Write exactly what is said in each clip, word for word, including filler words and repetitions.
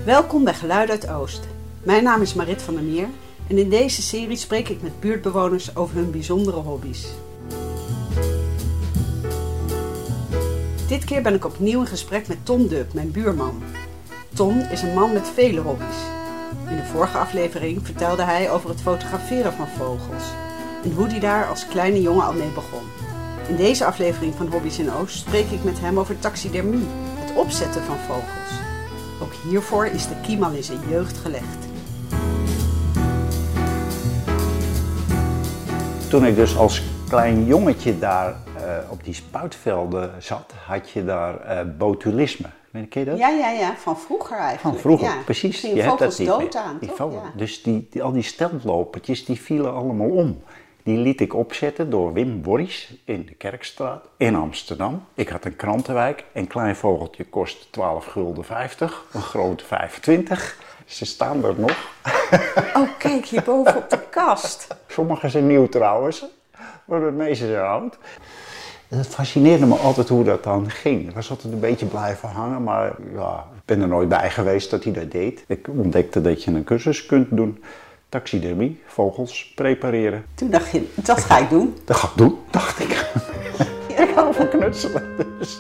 Welkom bij Geluid uit Oost. Mijn naam is Marit van der Meer en in deze serie spreek ik met buurtbewoners over hun bijzondere hobby's. Dit keer ben ik opnieuw in gesprek met Ton Duk, mijn buurman. Ton is een man met vele hobby's. In de vorige aflevering vertelde hij over het fotograferen van vogels en hoe hij daar als kleine jongen al mee begon. In deze aflevering van Hobby's in Oost spreek ik met hem over taxidermie, het opzetten van vogels. Ook hiervoor is de kiem al in zijn jeugd gelegd. Toen ik dus als klein jongetje daar uh, op die spuitvelden zat, had je daar uh, botulisme. Ken je dat? Ja, ja, ja, van vroeger eigenlijk. Van vroeger, ja. precies. Je, je hebt dat niet dood meer. aan, die toch? vogel. Ja. Dus die, die, al die steltlopertjes, die vielen allemaal om. Die liet ik opzetten door Wim Worries in de Kerkstraat in Amsterdam. Ik had een krantenwijk. Een klein vogeltje kost twaalf gulden vijftig, een grote vijfentwintig. Ze staan er nog. Oh, kijk, hierboven op de kast. Sommige zijn nieuw trouwens, maar de meeste zijn oud. Het fascineerde me altijd hoe dat dan ging. Ik was altijd een beetje blijven hangen, maar ja, ik ben er nooit bij geweest dat hij dat deed. Ik ontdekte dat je een cursus kunt doen. Taxidermie, vogels prepareren. Toen dacht je, dat ga ik doen. Dat ga ik doen, dacht ik. Ja. Ik hou van knutselen, dus.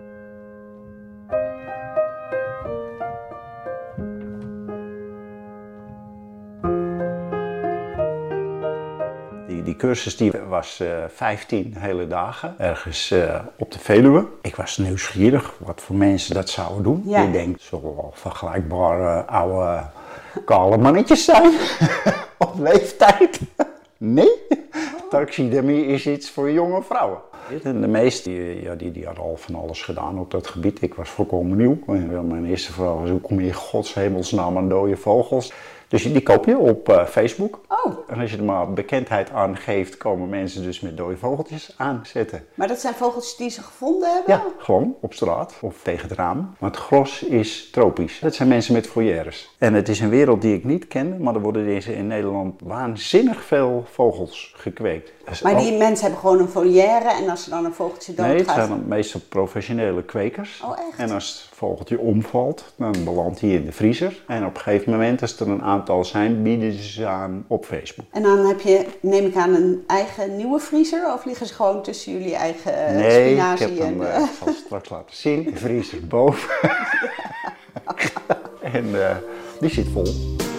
Die, die cursus die was uh, vijftien hele dagen, ergens uh, op de Veluwe. Ik was nieuwsgierig wat voor mensen dat zouden doen. Ja. Je denkt, het zullen wel vergelijkbare oude kale mannetjes zijn op leeftijd. Nee, taxidermie is iets voor jonge vrouwen. De meesten die, ja, die, die hadden al van alles gedaan op dat gebied. Ik was volkomen nieuw. Mijn eerste vraag was, hoe kom je in godshemelsnaam aan dode vogels? Dus die koop je op uh, Facebook. Oh. En als je er maar bekendheid aan geeft, komen mensen dus met dode vogeltjes aanzetten. Maar dat zijn vogels die ze gevonden hebben? Ja, gewoon op straat of tegen het raam. Maar het gros is tropisch. Dat zijn mensen met foyeres. En het is een wereld die ik niet kende, maar er worden deze in Nederland waanzinnig veel vogels gekweekt. Dus Maar die al... mensen hebben gewoon een volière en als er dan een vogeltje doodgaat... Nee, het zijn dan meestal professionele kwekers. Oh, echt? En als het vogeltje omvalt, dan belandt hij in de vriezer. En op een gegeven moment, als er een aantal zijn, bieden ze ze aan op Facebook. En dan heb je, neem ik aan, een eigen nieuwe vriezer? Of liggen ze gewoon tussen jullie eigen uh, nee, spinazie? ik heb hem, en... uh, ik zal het straks laten zien, de vriezer boven. en uh, die zit vol.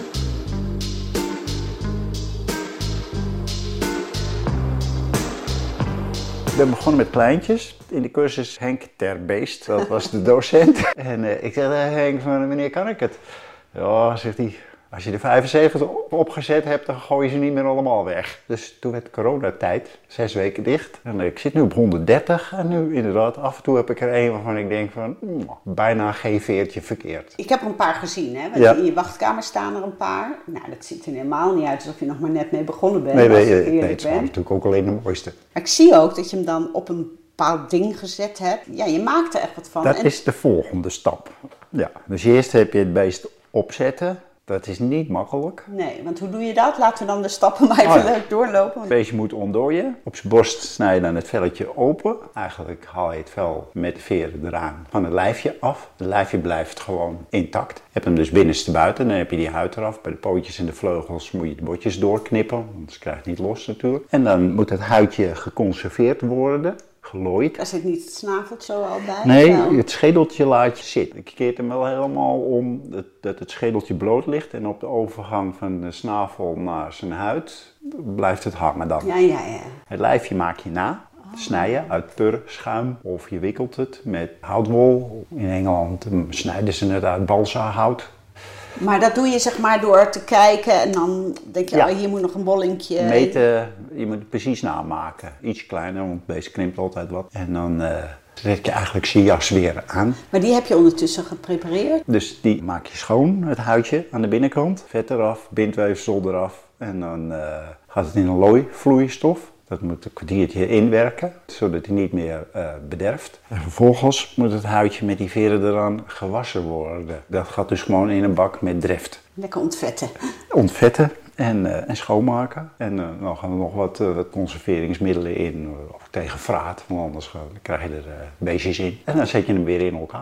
Ik ben begonnen met kleintjes. In de cursus Henk ter Beest, dat was de docent. En uh, ik zei, Henk, van, wanneer kan ik het? Ja, zegt hij, als je de vijfenzeventig opgezet hebt, dan gooi je ze niet meer allemaal weg. Dus toen werd coronatijd, zes weken dicht. En uh, ik zit nu op honderddertig en nu inderdaad, af en toe heb ik er een waarvan ik denk van, mm, bijna geen veertje verkeerd. Ik heb er een paar gezien, hè? Want Ja. in je wachtkamer staan er een paar. Nou, dat ziet er helemaal niet uit alsof je nog maar net mee begonnen bent. Nee, als nee, ik nee, eerlijk het zijn ben. natuurlijk ook alleen de mooiste. Maar ik zie ook dat je hem dan op een bepaald ding gezet hebt. Ja, je maakt er echt wat van. Dat En... is de volgende stap. Ja, dus eerst heb je het beest opzetten. Dat is niet makkelijk. Nee, want hoe doe je dat? Laten we dan de stappen maar even Oh ja. leuk doorlopen. Het beestje moet ontdooien. Op zijn borst snij je dan het velletje open. Eigenlijk haal je het vel met de veren eraan van het lijfje af. Het lijfje blijft gewoon intact. Je hebt hem dus binnenste buiten. Dan heb je die huid eraf. Bij de pootjes en de vleugels moet je de botjes doorknippen. Anders krijg je het niet los natuurlijk. En dan moet het huidje geconserveerd worden. Gelooid. Daar zit niet het snaveltje zo al bij? Nee, Wel? het schedeltje laat je zitten. Ik keert hem wel helemaal om dat, dat het schedeltje bloot ligt. En op de overgang van de snavel naar zijn huid blijft het hangen dan. Ja, ja, ja. Het lijfje maak je na. Snij je uit pur, schuim of je wikkelt het met houtwol. In Engeland snijden ze het uit balsahout. Maar dat doe je zeg maar door te kijken en dan denk je, Ja. oh, hier moet nog een bollinkje. Meten, je moet het precies namaken. Iets kleiner, want deze krimpt altijd wat. En dan uh, trek je eigenlijk zijn jas weer aan. Maar die heb je ondertussen geprepareerd? Dus die maak je schoon, het huidje aan de binnenkant. Vet eraf, bindweefsel eraf. En dan uh, gaat het in een looivloeistof. Dat moet een kwartiertje inwerken, zodat hij niet meer uh, bederft. En vervolgens moet het huidje met die veren eraan gewassen worden. Dat gaat dus gewoon in een bak met dreft. Lekker ontvetten. Ontvetten en, uh, en schoonmaken. En uh, dan gaan er nog wat, uh, wat conserveringsmiddelen in, uh, of tegen vraat, want anders uh, krijg je er uh, beestjes in. En dan zet je hem weer in elkaar.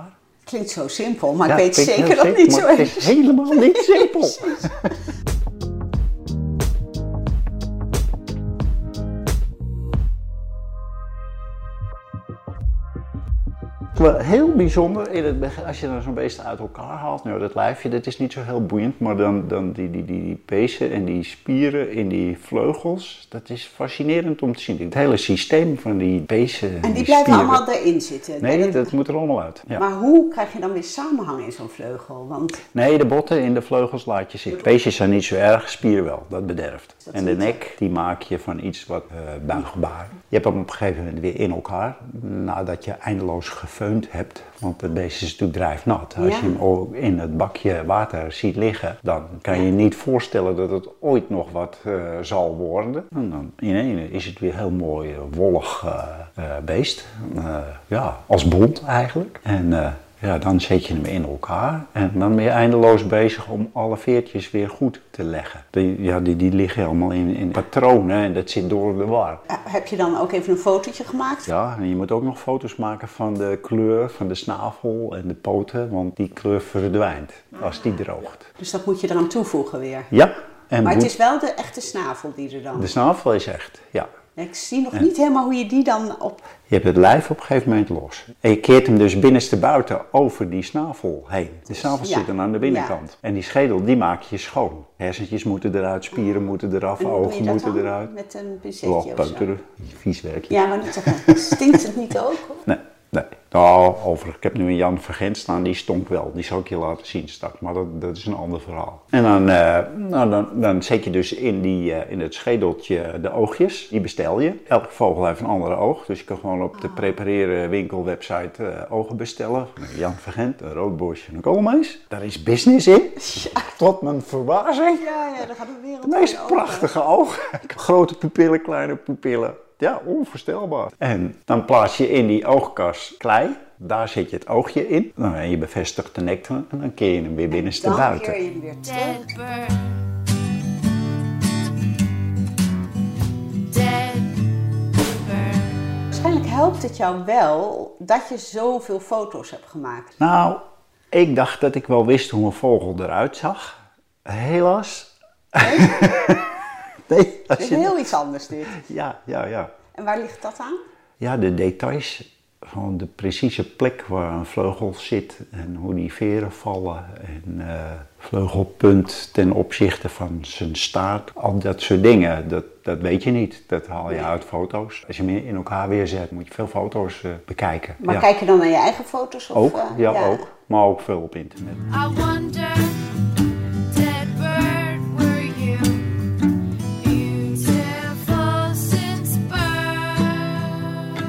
Klinkt zo simpel, maar Ja, ik weet klinkt zeker heel dat het simpel, niet zo maar is. Het is helemaal niet simpel. Wel heel bijzonder, in het begin, als je dan zo'n beest uit elkaar haalt, nou dat lijfje, dat is niet zo heel boeiend, maar dan, dan die, die, die, die pezen en die spieren in die vleugels, dat is fascinerend om te zien. Het hele systeem van die pezen En die, die blijven spieren. allemaal erin zitten? Nee, dat... dat moet er allemaal uit. Ja. Maar hoe krijg je dan weer samenhang in zo'n vleugel? Want... Nee, de botten in de vleugels laat je zitten. Peesjes zijn niet zo erg, spieren wel, dat bederft. Dat en de niet. nek, die maak je van iets wat uh, buigbaar. Je hebt hem op een gegeven moment weer in elkaar, nadat je eindeloos gefeund hebt. Want het beest is natuurlijk drijfnat. Als Ja. je hem ook in het bakje water ziet liggen, dan kan je je niet voorstellen dat het ooit nog wat uh, zal worden. En dan ineens is het weer heel mooi, uh, wollig uh, uh, beest. Uh, ja, als bont eigenlijk. En uh, ja, dan zet je hem in elkaar en dan ben je eindeloos bezig om alle veertjes weer goed te leggen. Die, ja, die, die liggen allemaal in, in patronen en dat zit door de war. Heb je dan ook even een fotootje gemaakt? Ja, en je moet ook nog foto's maken van de kleur van de snavel en de poten, want die kleur verdwijnt als die droogt. Dus dat moet je eraan toevoegen weer. Ja. En Maar het boet- is wel de echte snavel die er dan... De snavel is echt, ja. Ik zie nog niet helemaal hoe je die dan op... Je hebt het lijf op een gegeven moment los. En je keert hem dus binnenstebuiten over die snavel heen. De snavel Ja. zit dan aan de binnenkant. En die schedel, die maak je schoon. Hersentjes moeten eruit, spieren moeten eraf, En hoe doe je ogen dat moeten dan? eruit. Met een pincetje Oh, of zo? peuteren, vies werkje. Ja, maar niet zeggen. Stinkt het niet ook? Hoor? Nee, nee. Nou, overigens, ik heb nu een Jan Vergent staan, die stonk wel. Die zal ik je laten zien straks, maar dat, dat is een ander verhaal. En dan, uh, nou, dan, dan zet je dus in, die, uh, in het schedeltje de oogjes, die bestel je. Elke vogel heeft een andere oog, dus je kan gewoon op de prepareren winkelwebsite uh, ogen bestellen. Jan Vergent, een roodborstje en een koolmees. Daar is business in, Ja, tot mijn verbazing. ja, ja, daar gaat de wereld De meest mee open. prachtige ogen. Grote pupillen, kleine pupillen. Ja, onvoorstelbaar. En dan plaats je in die oogkas klei. Daar zet je het oogje in. Nou, en je bevestigt de nek en dan keer je hem weer binnenste Dan buiten. keer je hem weer terug. Dead bird. Dead bird. Waarschijnlijk helpt het jou wel dat je zoveel foto's hebt gemaakt. Nou, ik dacht dat ik wel wist hoe een vogel eruit zag. Helaas. Nee, Het als is je... heel iets anders dit. Ja, ja, ja. En waar ligt dat aan? Ja, de details. Gewoon de precieze plek waar een vleugel zit en hoe die veren vallen en uh, vleugelpunt ten opzichte van zijn staart. Al dat soort dingen, dat, dat weet je niet. Dat haal je Nee. uit foto's. Als je hem in elkaar weer zet, moet je veel foto's uh, bekijken. Maar ja. kijk je dan naar je eigen foto's? Of, Ook, uh, ja, ook. Maar ook veel op internet. I wonder, dead bird, were you beautiful since birth?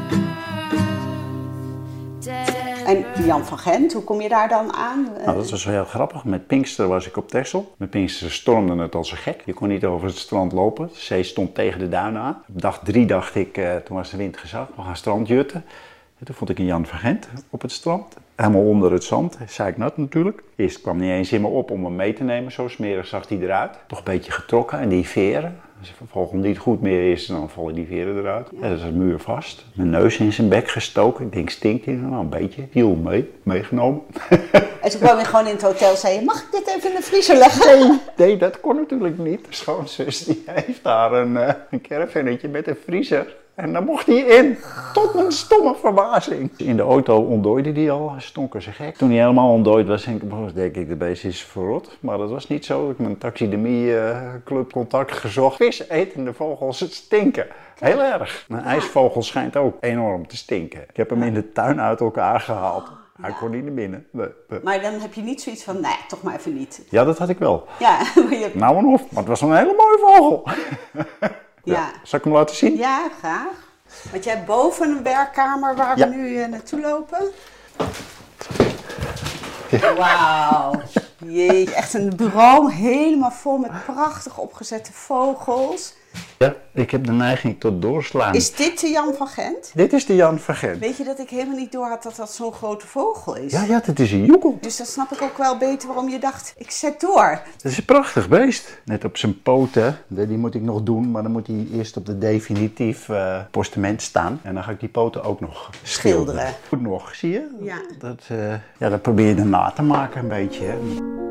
Dead En bird. Jan van Gent, hoe kom je daar dan aan? Nou, dat was wel heel grappig. Met Pinkster was ik op Texel. Met Pinkster stormde het als een gek. Je kon niet over het strand lopen. De zee stond tegen de duinen aan. Op dag drie dacht ik, uh, toen was de wind gezakt, we gaan strandjutten. En toen vond ik een Jan van Gent op het strand. Helemaal onder het zand, zeiknat natuurlijk. Eerst kwam niet eens in me op om hem mee te nemen, zo smerig zag hij eruit. Toch een beetje getrokken en die veren. Als een vogel niet goed meer is, dan vallen die veren eruit. Ja, dat is een muur vast. Mijn neus in zijn bek gestoken. Ik denk, stinkt hij? Nou, een beetje. Hiel mee, meegenomen. En toen kwam je gewoon in het hotel en zei je, mag ik dit even in de vriezer leggen? Nee, nee, dat kon natuurlijk niet. De schoonzus die heeft daar een, uh, een caravannetje met een vriezer. En daar mocht hij in. Tot mijn stomme verbazing. In de auto ontdooide hij al. Hij stonk als een gek. Toen hij helemaal ontdooid was, denk ik, denk ik de beest is verrot. Maar dat was niet zo. Ik heb mijn taxidermie-club contact gezocht. Visetende vogels stinken. Heel erg. Een ijsvogel schijnt ook enorm te stinken. Ik heb hem in de tuin uit elkaar gehaald. Hij kon niet naar binnen. Nee, nee. Maar dan heb je niet zoiets van, nee, toch maar even niet. Ja, dat had ik wel. Ja, maar je hebt- Nou en of, maar het was een hele mooie vogel. ja. Zal ik hem laten zien? Ja, graag. Want jij hebt boven een werkkamer waar Ja. we nu uh, naartoe lopen. Wauw. Jeetje, echt een bureau helemaal vol met prachtig opgezette vogels. Ja, ik heb de neiging tot doorslaan. Is dit de Jan van Gent? Dit is de Jan van Gent. Weet je dat ik helemaal niet door had dat dat zo'n grote vogel is? Ja, ja, dat is een joekel. Dus dan snap ik ook wel beter waarom je dacht, ik zet door. Dat is een prachtig beest. Net op zijn poten, die moet ik nog doen, maar dan moet hij eerst op de definitief uh, postament staan. En dan ga ik die poten ook nog schilderen. Schilderen. Goed nog, zie je? Ja. Dat, uh, ja, dat probeer je na te maken een beetje. Hè.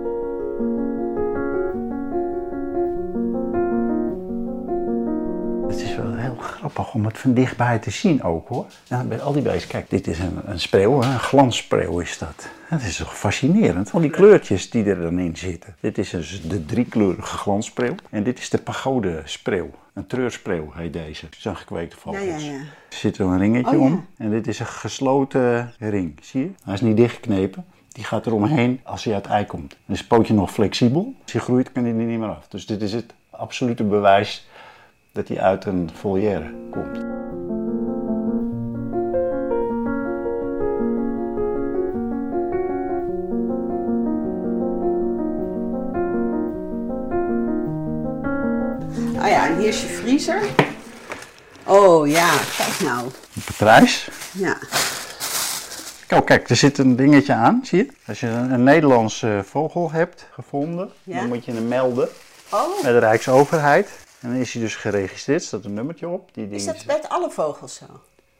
Het is wel heel grappig om het van dichtbij te zien ook, hoor. Ja, bij al die beesten, kijk, dit is een, een spreeuw, een glansspreeuw is dat. Dat is toch fascinerend, al die kleurtjes die er dan in zitten. Dit is dus de driekleurige glansspreeuw en dit is de pagodespreeuw. Een treurspreeuw heet deze. Het zijn gekweekte vogels. Ja, ja, ja. Er zit er een ringetje Oh, ja. om en dit is een gesloten ring, zie je? Hij is niet dichtgeknepen. Die gaat er omheen als hij uit het ei komt. Dan is het pootje nog flexibel. Als hij groeit kan hij er niet meer af. Dus dit is het absolute bewijs dat hij uit een volière komt. Oh ja, en hier is je vriezer. Oh ja, kijk nou. Een patrijs. Ja. Oh, kijk, er zit een dingetje aan, zie je? Als je een, een Nederlandse vogel hebt gevonden, Ja? dan moet je hem melden Oh, bij de Rijksoverheid. En dan is hij dus geregistreerd, staat een nummertje op. Die is dingen- dat bij alle vogels zo?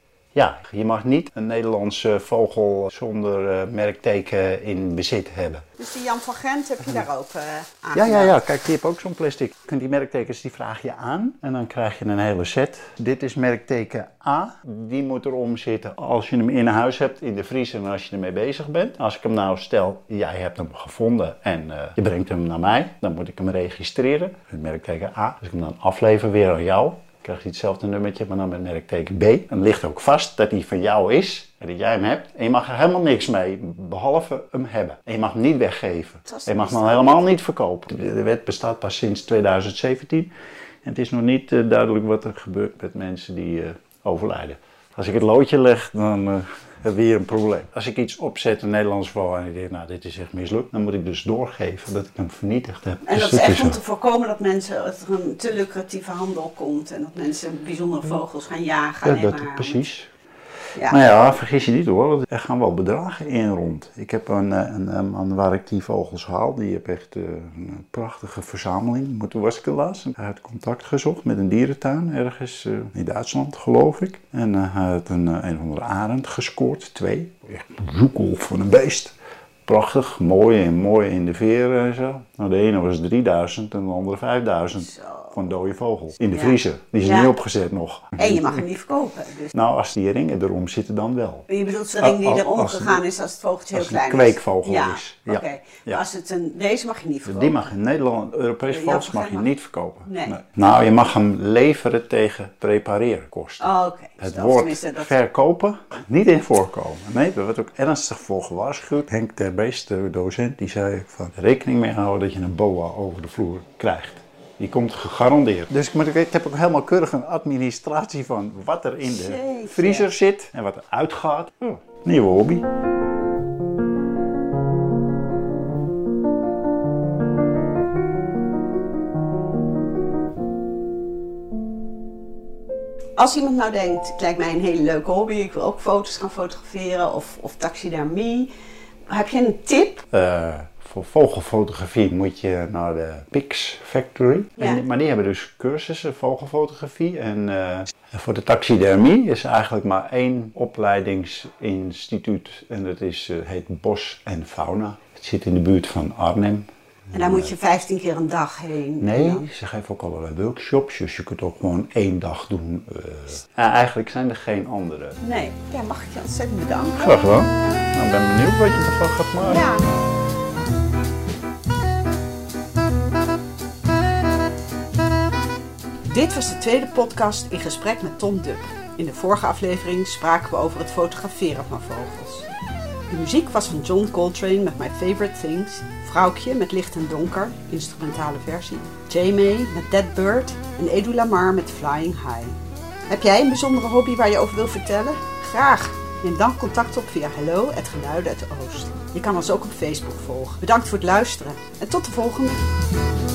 Ja, je mag niet een Nederlandse vogel zonder uh, merkteken in bezit hebben. Dus die Jan van Gent heb je daar ook uh, aan Ja, ja, gedaan? ja. Kijk, die heb ook zo'n plastic. Je kunt die merktekens, die vraag je aan. En dan krijg je een hele set. Dit is merkteken A. Die moet erom zitten als je hem in huis hebt, in de vriezer en als je ermee bezig bent. Als ik hem nou stel, jij hebt hem gevonden en uh, je brengt hem naar mij. Dan moet ik hem registreren. Het merkteken A. Als ik hem dan aflever weer aan jou, krijg je hetzelfde nummertje, maar dan met merkteken B. Dan ligt ook vast dat hij van jou is en dat jij hem hebt. En je mag er helemaal niks mee, behalve hem hebben. En je mag hem niet weggeven. Dat is En je mag hem best al helemaal niet verkopen. De, de wet bestaat pas sinds tweeduizend zeventien. En het is nog niet uh, duidelijk wat er gebeurt met mensen die uh, overlijden. Als ik het loodje leg, dan uh, hebben we hier een probleem. Als ik iets opzet, een Nederlands val, en ik denk, nou, dit is echt mislukt, dan moet ik dus doorgeven dat ik hem vernietigd heb. En Dus dat is echt zo. om te voorkomen dat mensen, dat er een te lucratieve handel komt en dat mensen bijzondere vogels gaan jagen. Ja, en dat, maar- precies. Ja. Nou ja, vergis je niet hoor, want er gaan wel bedragen in rond. Ik heb een, een, een man waar ik die vogels haal, die heeft echt uh, een prachtige verzameling. Toen was ik er laatst. Hij had contact gezocht met een dierentuin ergens uh, in Duitsland, geloof ik. En uh, hij had een, uh, een of andere arend gescoord, twee. Echt een zoekel van een beest. Prachtig, mooi en mooi in de veren en zo. Nou, de ene was drieduizend en de andere vijfduizend. Zo. Van een dode vogel. In de Ja. vriezer. Die is Ja. niet opgezet nog. En je mag hem niet verkopen. Dus. Nou, als die ringen erom zitten, dan wel. Je bedoelt de ring die Als- er als- omgegaan is als het vogeltje heel als het klein een kweekvogel is. is. Ja, Ja. oké. Ja. Maar als het een, deze mag je niet verkopen. Die mag in Nederland, Europese Ja, vogels mag je mag- niet verkopen. Nee. Nou, je mag hem leveren tegen prepareerkosten. Oh, oké. Dus Het dat- woord tenminste, dat- verkopen niet in voorkomen. Nee, daar wordt ook ernstig voor gewaarschuwd. Henk ter Beest, de docent, die zei van rekening mee houden dat je een boa over de vloer krijgt. Die komt gegarandeerd. Dus ik, moet, ik heb ook helemaal keurig een administratie van wat er in de Jeetje. vriezer zit en wat er uitgaat. Oh, nieuwe hobby. Als iemand nou denkt, het lijkt mij een hele leuke hobby, ik wil ook foto's gaan fotograferen of, of taxidermie. Heb je een tip? Uh, voor vogelfotografie moet je naar de Pix Factory. Ja. En, maar die hebben dus cursussen vogelfotografie. En uh, voor de taxidermie is eigenlijk maar één opleidingsinstituut. En dat is, uh, heet Bos en Fauna. Het zit in de buurt van Arnhem. En daar moet je vijftien keer een dag heen. En Nee, dan- ze geven ook allerlei workshops, dus je kunt ook gewoon één dag doen. Uh, ja, eigenlijk zijn er geen andere. Nee, ja, mag ik je ontzettend bedanken. Graag gedaan. Nou, ik ben benieuwd wat je ervan gaat maken. Ja. Dit was de tweede podcast in gesprek met Tom Dub. In de vorige aflevering spraken we over het fotograferen van vogels. De muziek was van John Coltrane met My Favorite Things, Vrouwtje met Licht en Donker, instrumentale versie, J-May met Dead Bird en Edu Lamar met Flying High. Heb jij een bijzondere hobby waar je over wil vertellen? Graag! Neem dan contact op via hello at geluiden uit de Oost. Je kan ons ook op Facebook volgen. Bedankt voor het luisteren en tot de volgende!